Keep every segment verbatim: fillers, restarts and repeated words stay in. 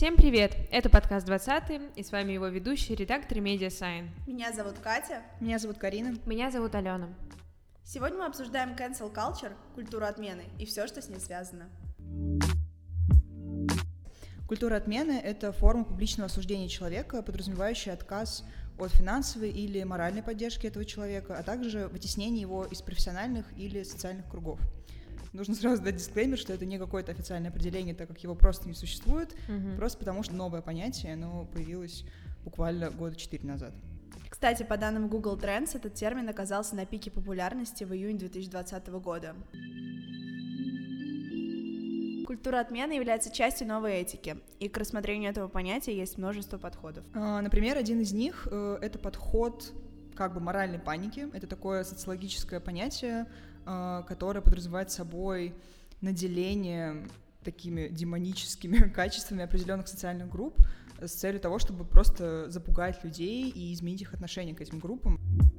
Всем привет! Это подкаст двадцатый, и с вами его ведущий, редактор Media-Sign. Меня зовут Катя. Меня зовут Карина. Меня зовут Алена. Сегодня мы обсуждаем cancel culture, культуру отмены и все, что с ней связано. Культура отмены — это форма публичного осуждения человека, подразумевающая отказ от финансовой или моральной поддержки этого человека, а также вытеснение его из профессиональных или социальных кругов. Нужно сразу дать дисклеймер, что это не какое-то официальное определение, так как его просто не существует, mm-hmm. просто потому что новое понятие, оно появилось буквально года четыре назад. Кстати, по данным Google Trends, этот термин оказался на пике популярности в июне две тысячи двадцатого года. Культура отмены является частью новой этики, и к рассмотрению этого понятия есть множество подходов. Например, один из них — это подход как бы моральной паники. Это такое социологическое понятие, которое подразумевает собой наделение такими демоническими качествами определенных социальных групп с целью того, чтобы просто запугать людей и изменить их отношение к этим группам.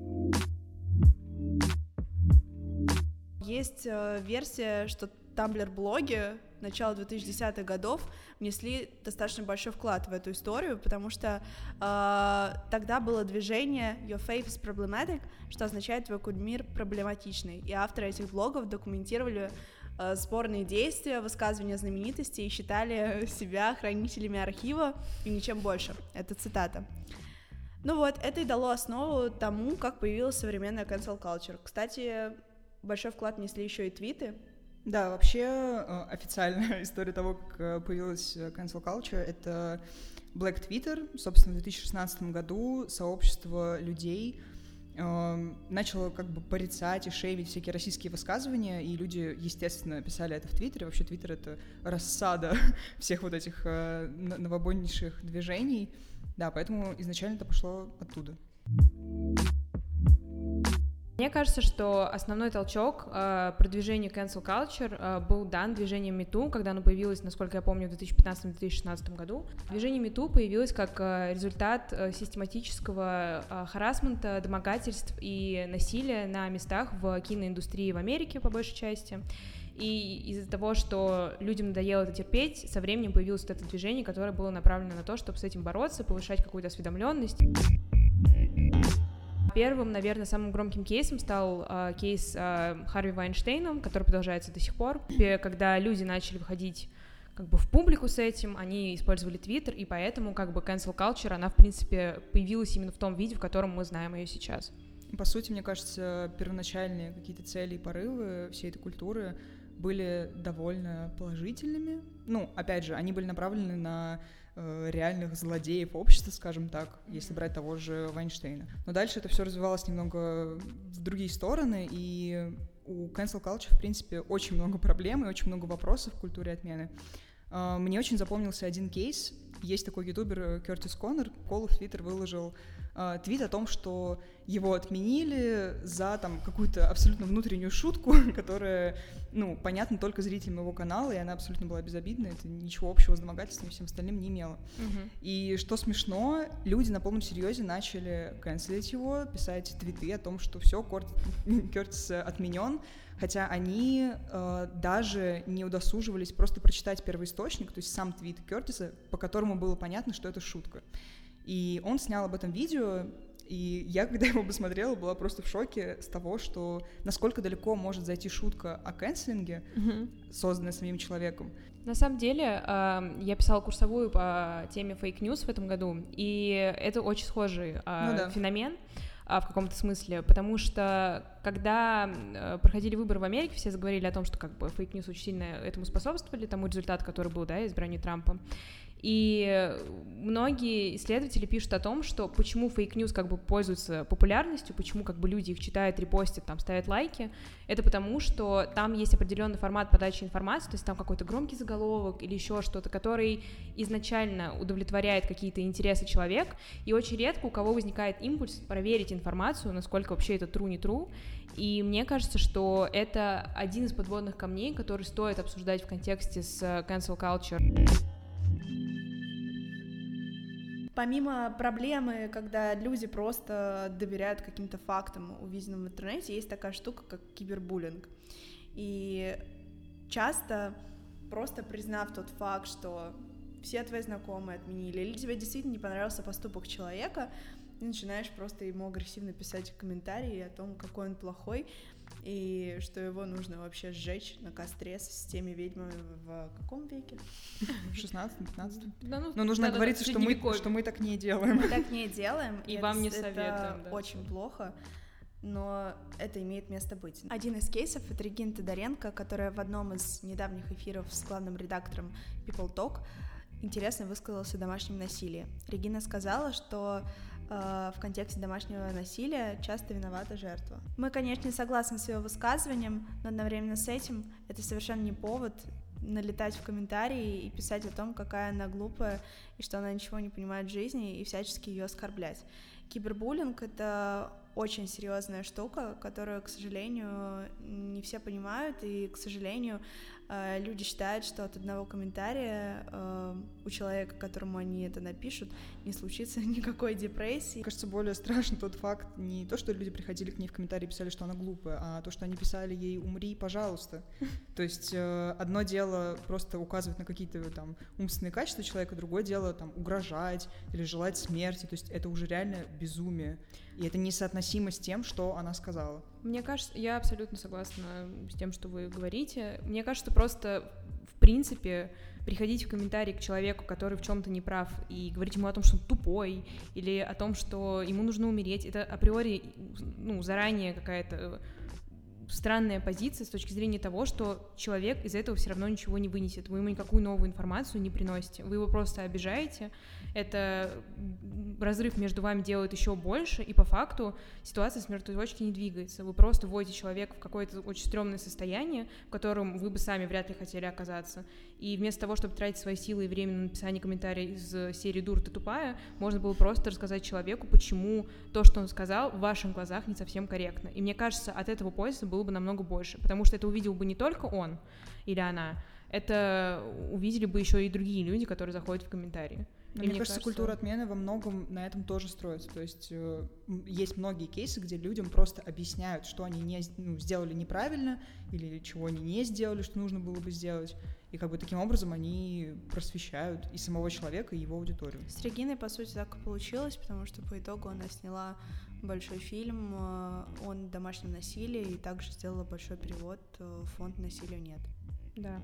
Есть э, версия, что Tumblr-блоги начала двухтысячных годов внесли достаточно большой вклад в эту историю, потому что э, тогда было движение «Your faith is problematic», что означает «Твой кумир проблематичный», и авторы этих блогов документировали э, спорные действия, высказывания знаменитостей и считали себя хранителями архива и ничем больше. Это цитата. Ну вот, это и дало основу тому, как появилась современная cancel culture. Кстати, большой вклад внесли еще и твиты. Да, вообще официальная история того, как появилась cancel culture, это Black Twitter. Собственно, в две тысячи шестнадцатом году сообщество людей э, начало как бы порицать и шеймить всякие российские высказывания, и люди, естественно, писали это в Твиттере. Вообще Твиттер — это рассада всех вот этих э, новобойнейших движений. Да, поэтому изначально это пошло оттуда. Мне кажется, что основной толчок э, продвижению cancel culture э, был дан движением MeToo, когда оно появилось, насколько я помню, в две тысячи пятнадцатом — две тысячи шестнадцатом году. Движение MeToo появилось как э, результат э, систематического э, харассмента, домогательств и насилия на местах в киноиндустрии в Америке, по большей части. И из-за того, что людям надоело это терпеть, со временем появилось вот это движение, которое было направлено на то, чтобы с этим бороться, повышать какую-то осведомленность. Первым, наверное, самым громким кейсом стал э, кейс э, Харви Вайнштейна, который продолжается до сих пор. Когда люди начали выходить как бы в публику с этим, они использовали Твиттер, и поэтому как бы cancel culture, она, в принципе, появилась именно в том виде, в котором мы знаем ее сейчас. По сути, мне кажется, первоначальные какие-то цели и порывы всей этой культуры были довольно положительными. Ну, опять же, они были направлены на э, реальных злодеев общества, скажем так, если брать того же Вайнштейна. Но дальше это все развивалось немного в другие стороны, и у cancel culture, в принципе, очень много проблем и очень много вопросов в культуре отмены. Э, мне очень запомнился один кейс. Есть такой ютубер Кертис Коннор, Колу в Твиттер выложил э, твит о том, что его отменили за там какую-то абсолютно внутреннюю шутку, которая, ну, понятна только зрителям его канала, и она абсолютно была безобидна, это ничего общего с домогательством и всем остальным не имело. Uh-huh. И что смешно, люди на полном серьезе начали канцелить его, писать твиты о том, что все, Кертис отменен, хотя они э, даже не удосуживались просто прочитать первоисточник, то есть сам твит Кертиса, по которому было понятно, что это шутка. И он снял об этом видео, и я, когда его посмотрела, была просто в шоке с того, что насколько далеко может зайти шутка о канцелинге, mm-hmm. созданная самим человеком. На самом деле, я писала курсовую по теме фейк-ньюс в этом году, и это очень схожий ну, да. феномен в каком-то смысле, потому что когда проходили выборы в Америке, все заговорили о том, что как бы фейк-ньюс очень сильно этому способствовали, тому результату, который был, да, избранию Трампа. И многие исследователи пишут о том, что почему фейк-ньюс как бы пользуется популярностью, почему как бы люди их читают, репостят, там, ставят лайки, это потому, что там есть определенный формат подачи информации, то есть там какой-то громкий заголовок или еще что-то, который изначально удовлетворяет какие-то интересы человека, и очень редко у кого возникает импульс проверить информацию, насколько вообще это true, не true, и мне кажется, что это один из подводных камней, который стоит обсуждать в контексте с cancel culture. Помимо проблемы, когда люди просто доверяют каким-то фактам, увиденным в интернете, есть такая штука, как кибербуллинг. И часто, просто признав тот факт, что все твои знакомые отменили, или тебе действительно не понравился поступок человека, и начинаешь просто ему агрессивно писать комментарии о том, какой он плохой, и что его нужно вообще сжечь на костре с теми ведьмами в каком веке? В шестнадцатом, пятнадцатом. Да, ну, Но нужно да, говорить, да, что, мы, что мы так не делаем. Мы так не делаем. И вам не советуем. Это да. очень плохо, но это имеет место быть. Один из кейсов — это Регина Тодоренко, которая в одном из недавних эфиров с главным редактором People Talk интересно высказалась о домашнем насилии. Регина сказала, что в контексте домашнего насилия часто виновата жертва. Мы, конечно, согласны с ее высказыванием, но одновременно с этим это совершенно не повод налетать в комментарии и писать о том, какая она глупая и что она ничего не понимает в жизни, и всячески ее оскорблять. Кибербуллинг — это очень серьезная штука, которую, к сожалению, не все понимают, и, к сожалению, люди считают, что от одного комментария у человека, которому они это напишут, не случится никакой депрессии. Мне кажется, более страшен тот факт, не то, что люди приходили к ней в комментарии и писали, что она глупая, а то, что они писали ей «умри, пожалуйста». То есть одно дело просто указывать на какие-то там умственные качества человека, другое дело там угрожать или желать смерти, то есть это уже реально безумие. И это несоотносимо с тем, что она сказала. Мне кажется, я абсолютно согласна с тем, что вы говорите. Мне кажется, просто в принципе приходить в комментарии к человеку, который в чем-то не прав, и говорить ему о том, что он тупой, или о том, что ему нужно умереть, это априори, ну, заранее какая-то странная позиция с точки зрения того, что человек из этого все равно ничего не вынесет. Вы ему никакую новую информацию не приносите. Вы его просто обижаете. Это разрыв между вами делает еще больше, и по факту ситуация с мертвой точки не двигается. Вы просто вводите человека в какое-то очень стрёмное состояние, в котором вы бы сами вряд ли хотели оказаться. И вместо того, чтобы тратить свои силы и время на написание комментариев из серии «Дура, ты тупая», можно было просто рассказать человеку, почему то, что он сказал, в ваших глазах не совсем корректно. И мне кажется, от этого пользы было бы намного больше, потому что это увидел бы не только он или она, это увидели бы еще и другие люди, которые заходят в комментарии. Но мне, мне кажется, кажется, культура отмены во многом на этом тоже строится. То есть э, есть многие кейсы, где людям просто объясняют, что они не, ну, сделали неправильно или чего они не сделали, что нужно было бы сделать. И как бы таким образом они просвещают и самого человека, и его аудиторию. С Региной, по сути, так и получилось, потому что по итогу она сняла большой фильм о домашнем насилии и также сделала большой перевод в фонд «Насилию нет». Да.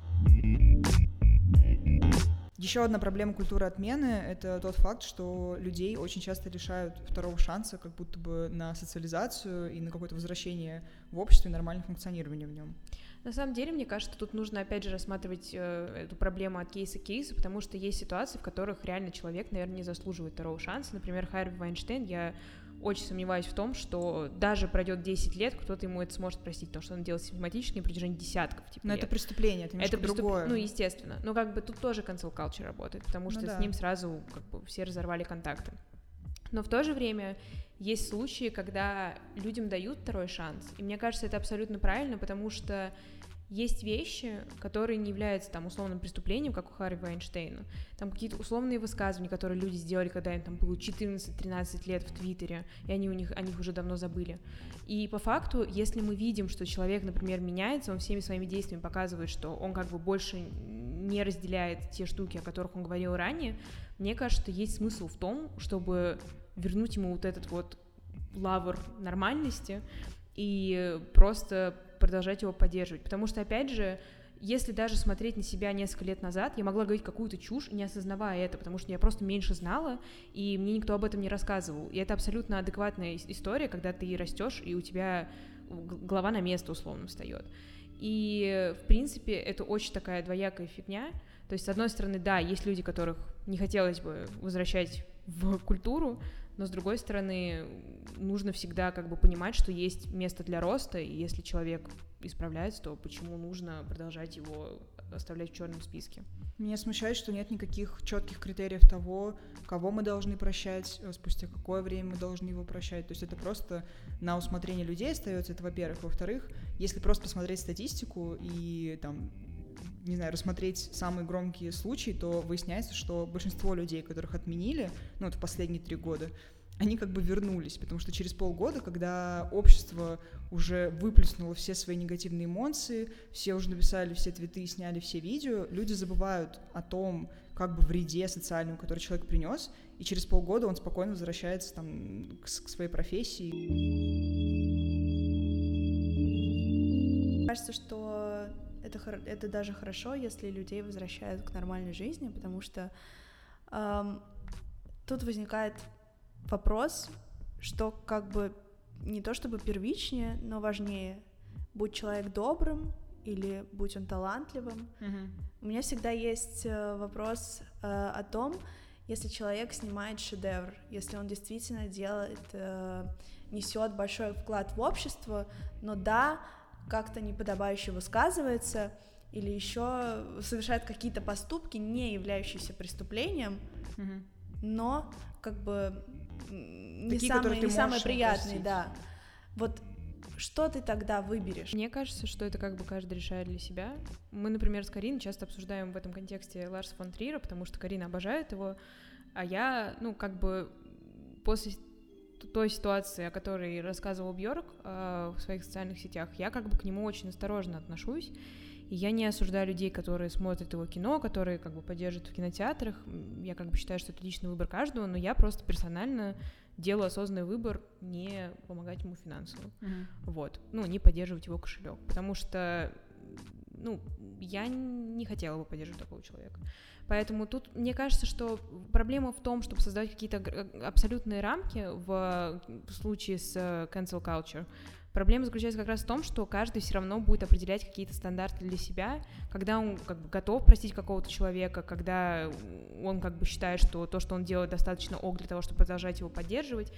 Еще одна проблема культуры отмены — это тот факт, что людей очень часто лишают второго шанса как будто бы на социализацию и на какое-то возвращение в общество и нормальное функционирование в нем. На самом деле, мне кажется, тут нужно опять же рассматривать э, эту проблему от кейса к кейсу, потому что есть ситуации, в которых реально человек, наверное, не заслуживает второго шанса. Например, Харви Вайнштейн, я очень сомневаюсь в том, что даже пройдет десять лет, кто-то ему это сможет простить, потому что он делал систематически на протяжении десятков типа, Но лет. это преступление, это немножко это преступ... другое. Ну, естественно. Но как бы тут тоже cancel culture работает, потому что ну, да. с ним сразу как бы все разорвали контакты. Но в то же время есть случаи, когда людям дают второй шанс, и мне кажется, это абсолютно правильно, потому что есть вещи, которые не являются там условным преступлением, как у Харви Вайнштейна. Там какие-то условные высказывания, которые люди сделали, когда им там было четырнадцать-тринадцать лет в Твиттере, и они у них, о них уже давно забыли. И по факту, если мы видим, что человек, например, меняется, он всеми своими действиями показывает, что он как бы больше не разделяет те штуки, о которых он говорил ранее, мне кажется, что есть смысл в том, чтобы вернуть ему вот этот вот лавр нормальности и просто продолжать его поддерживать. Потому что, опять же, если даже смотреть на себя несколько лет назад, я могла говорить какую-то чушь, не осознавая это, потому что я просто меньше знала, и мне никто об этом не рассказывал. И это абсолютно адекватная история, когда ты растешь, и у тебя голова на место условно встает. И, в принципе, это очень такая двоякая фигня. То есть, с одной стороны, да, есть люди, которых не хотелось бы возвращать в культуру, но, с другой стороны, нужно всегда как бы понимать, что есть место для роста, и если человек исправляется, то почему нужно продолжать его оставлять в черном списке? Меня смущает, что нет никаких четких критериев того, кого мы должны прощать, спустя какое время мы должны его прощать. То есть это просто на усмотрение людей остается, это во-первых. Во-вторых, если просто посмотреть статистику и там, не знаю, рассмотреть самые громкие случаи, то выясняется, что большинство людей, которых отменили, ну вот в последние три года, они как бы вернулись, потому что через полгода, когда общество уже выплеснуло все свои негативные эмоции, все уже написали все твиты, сняли все видео, люди забывают о том, как бы вреде социальном, который человек принес, и через полгода он спокойно возвращается там к, к своей профессии. Мне кажется, что это, это даже хорошо, если людей возвращают к нормальной жизни, потому что эм, тут возникает вопрос, что как бы не то чтобы первичнее, но важнее, будь человек добрым или будь он талантливым. Mm-hmm. У меня всегда есть вопрос э, о том, если человек снимает шедевр, если он действительно делает, э, несет большой вклад в общество, но да, как-то неподобающе высказывается или еще совершает какие-то поступки, не являющиеся преступлением, mm-hmm. но как бы не Такие, самые, не самые приятные, да. Вот что ты тогда выберешь? Мне кажется, что это как бы каждый решает для себя. Мы, например, с Кариной часто обсуждаем в этом контексте Ларса фон Триера, потому что Карина обожает его, а я, ну, как бы после той ситуации, о которой рассказывал Бьорк э, в своих социальных сетях, я как бы к нему очень осторожно отношусь. И я не осуждаю людей, которые смотрят его кино, которые как бы поддерживают в кинотеатрах. Я как бы считаю, что это личный выбор каждого, но я просто персонально делаю осознанный выбор не помогать ему финансово. Mm-hmm. Вот. Ну, не поддерживать его кошелек. Потому что, ну, я не хотела бы поддерживать такого человека. Поэтому тут, мне кажется, что проблема в том, чтобы создавать какие-то абсолютные рамки в случае с cancel culture. Проблема заключается как раз в том, что каждый все равно будет определять какие-то стандарты для себя, когда он как бы готов простить какого-то человека, когда он как бы считает, что то, что он делает, достаточно ок для того, чтобы продолжать его поддерживать,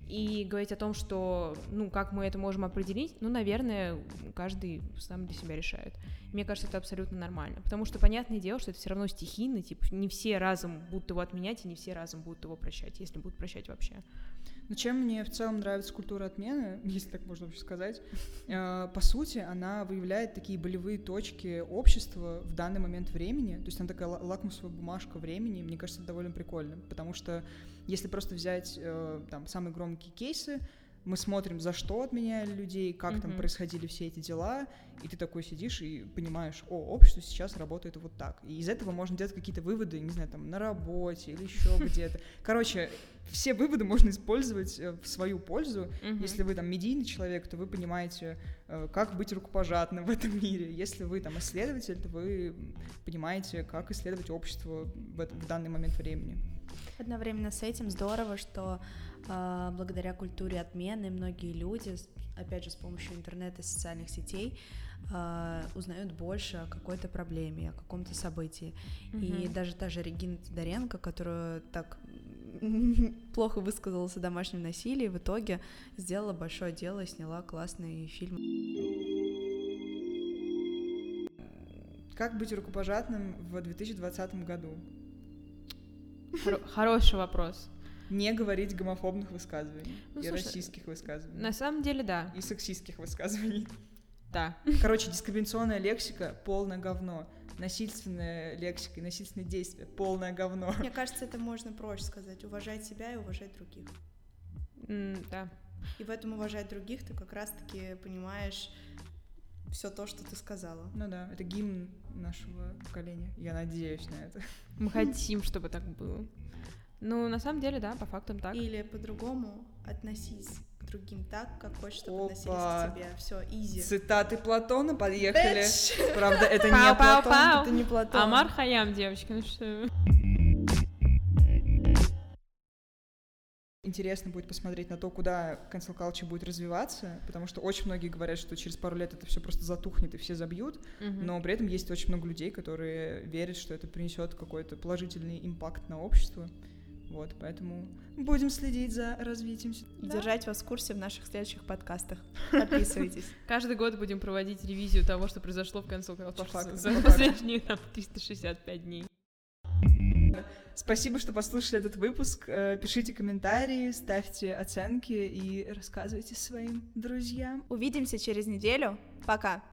и говорить о том, что, ну, как мы это можем определить, ну, наверное, каждый сам для себя решает. Мне кажется, это абсолютно нормально, потому что понятное дело, что это все равно стихийно, типа, не все разом будут его отменять, и не все разом будут его прощать, если будут прощать вообще. Но чем мне в целом нравится культура отмены, если так можно вообще сказать, э, по сути, она выявляет такие болевые точки общества в данный момент времени, то есть она такая лакмусовая бумажка времени, мне кажется, это довольно прикольно, потому что если просто взять э, там самые громкие кейсы, мы смотрим, за что отменяли людей, как mm-hmm. там происходили все эти дела, и ты такой сидишь и понимаешь, о, общество сейчас работает вот так. И из этого можно делать какие-то выводы, не знаю, там, на работе или еще где-то. Короче, все выводы можно использовать в свою пользу. Mm-hmm. Если вы там медийный человек, то вы понимаете, как быть рукопожатным в этом мире. Если вы там исследователь, то вы понимаете, как исследовать общество в, это, в данный момент времени. Одновременно с этим здорово, что э, благодаря культуре отмены многие люди, опять же, с помощью интернета и социальных сетей, э, узнают больше о какой-то проблеме, о каком-то событии. Mm-hmm. И даже та же Регина Тодоренко, которая так плохо высказалась о домашнем насилии, в итоге сделала большое дело и сняла классный фильм. Как быть рукопожатным в две тысячи двадцатом году? Хор- хороший вопрос. Не говорить гомофобных высказываний ну, и слушай, расистских высказываний. На самом деле, да. И сексистских высказываний. Да. Короче, дискриминационная лексика — полное говно. Насильственная лексика и насильственные действия — полное говно. Мне кажется, это можно проще сказать. Уважать себя и уважать других. Mm, да. И в этом уважать других ты как раз-таки понимаешь все то, что ты сказала. Ну да, это гимн нашего поколения. Я надеюсь на это. Мы хотим, чтобы так было. Ну, на самом деле, да, по фактам так. Или по-другому относись к другим так, как хочешь, чтобы относились к тебе. Все, изи. Цитаты Платона подъехали. Bitch. Правда, это пау, не пау, Платон. Пау. Это не Платон. Амар Хайям, девочки, ну что... Интересно будет посмотреть на то, куда cancel culture будет развиваться, потому что очень многие говорят, что через пару лет это все просто затухнет и все забьют, mm-hmm. но при этом есть очень много людей, которые верят, что это принесет какой-то положительный импакт на общество. Вот, поэтому будем следить за развитием. И да? Держать вас в курсе в наших следующих подкастах. Подписывайтесь. Каждый год будем проводить ревизию того, что произошло в cancel culture за последние там триста шестьдесят пять дней. Спасибо, что послушали этот выпуск. Пишите комментарии, ставьте оценки и рассказывайте своим друзьям. Увидимся через неделю. Пока!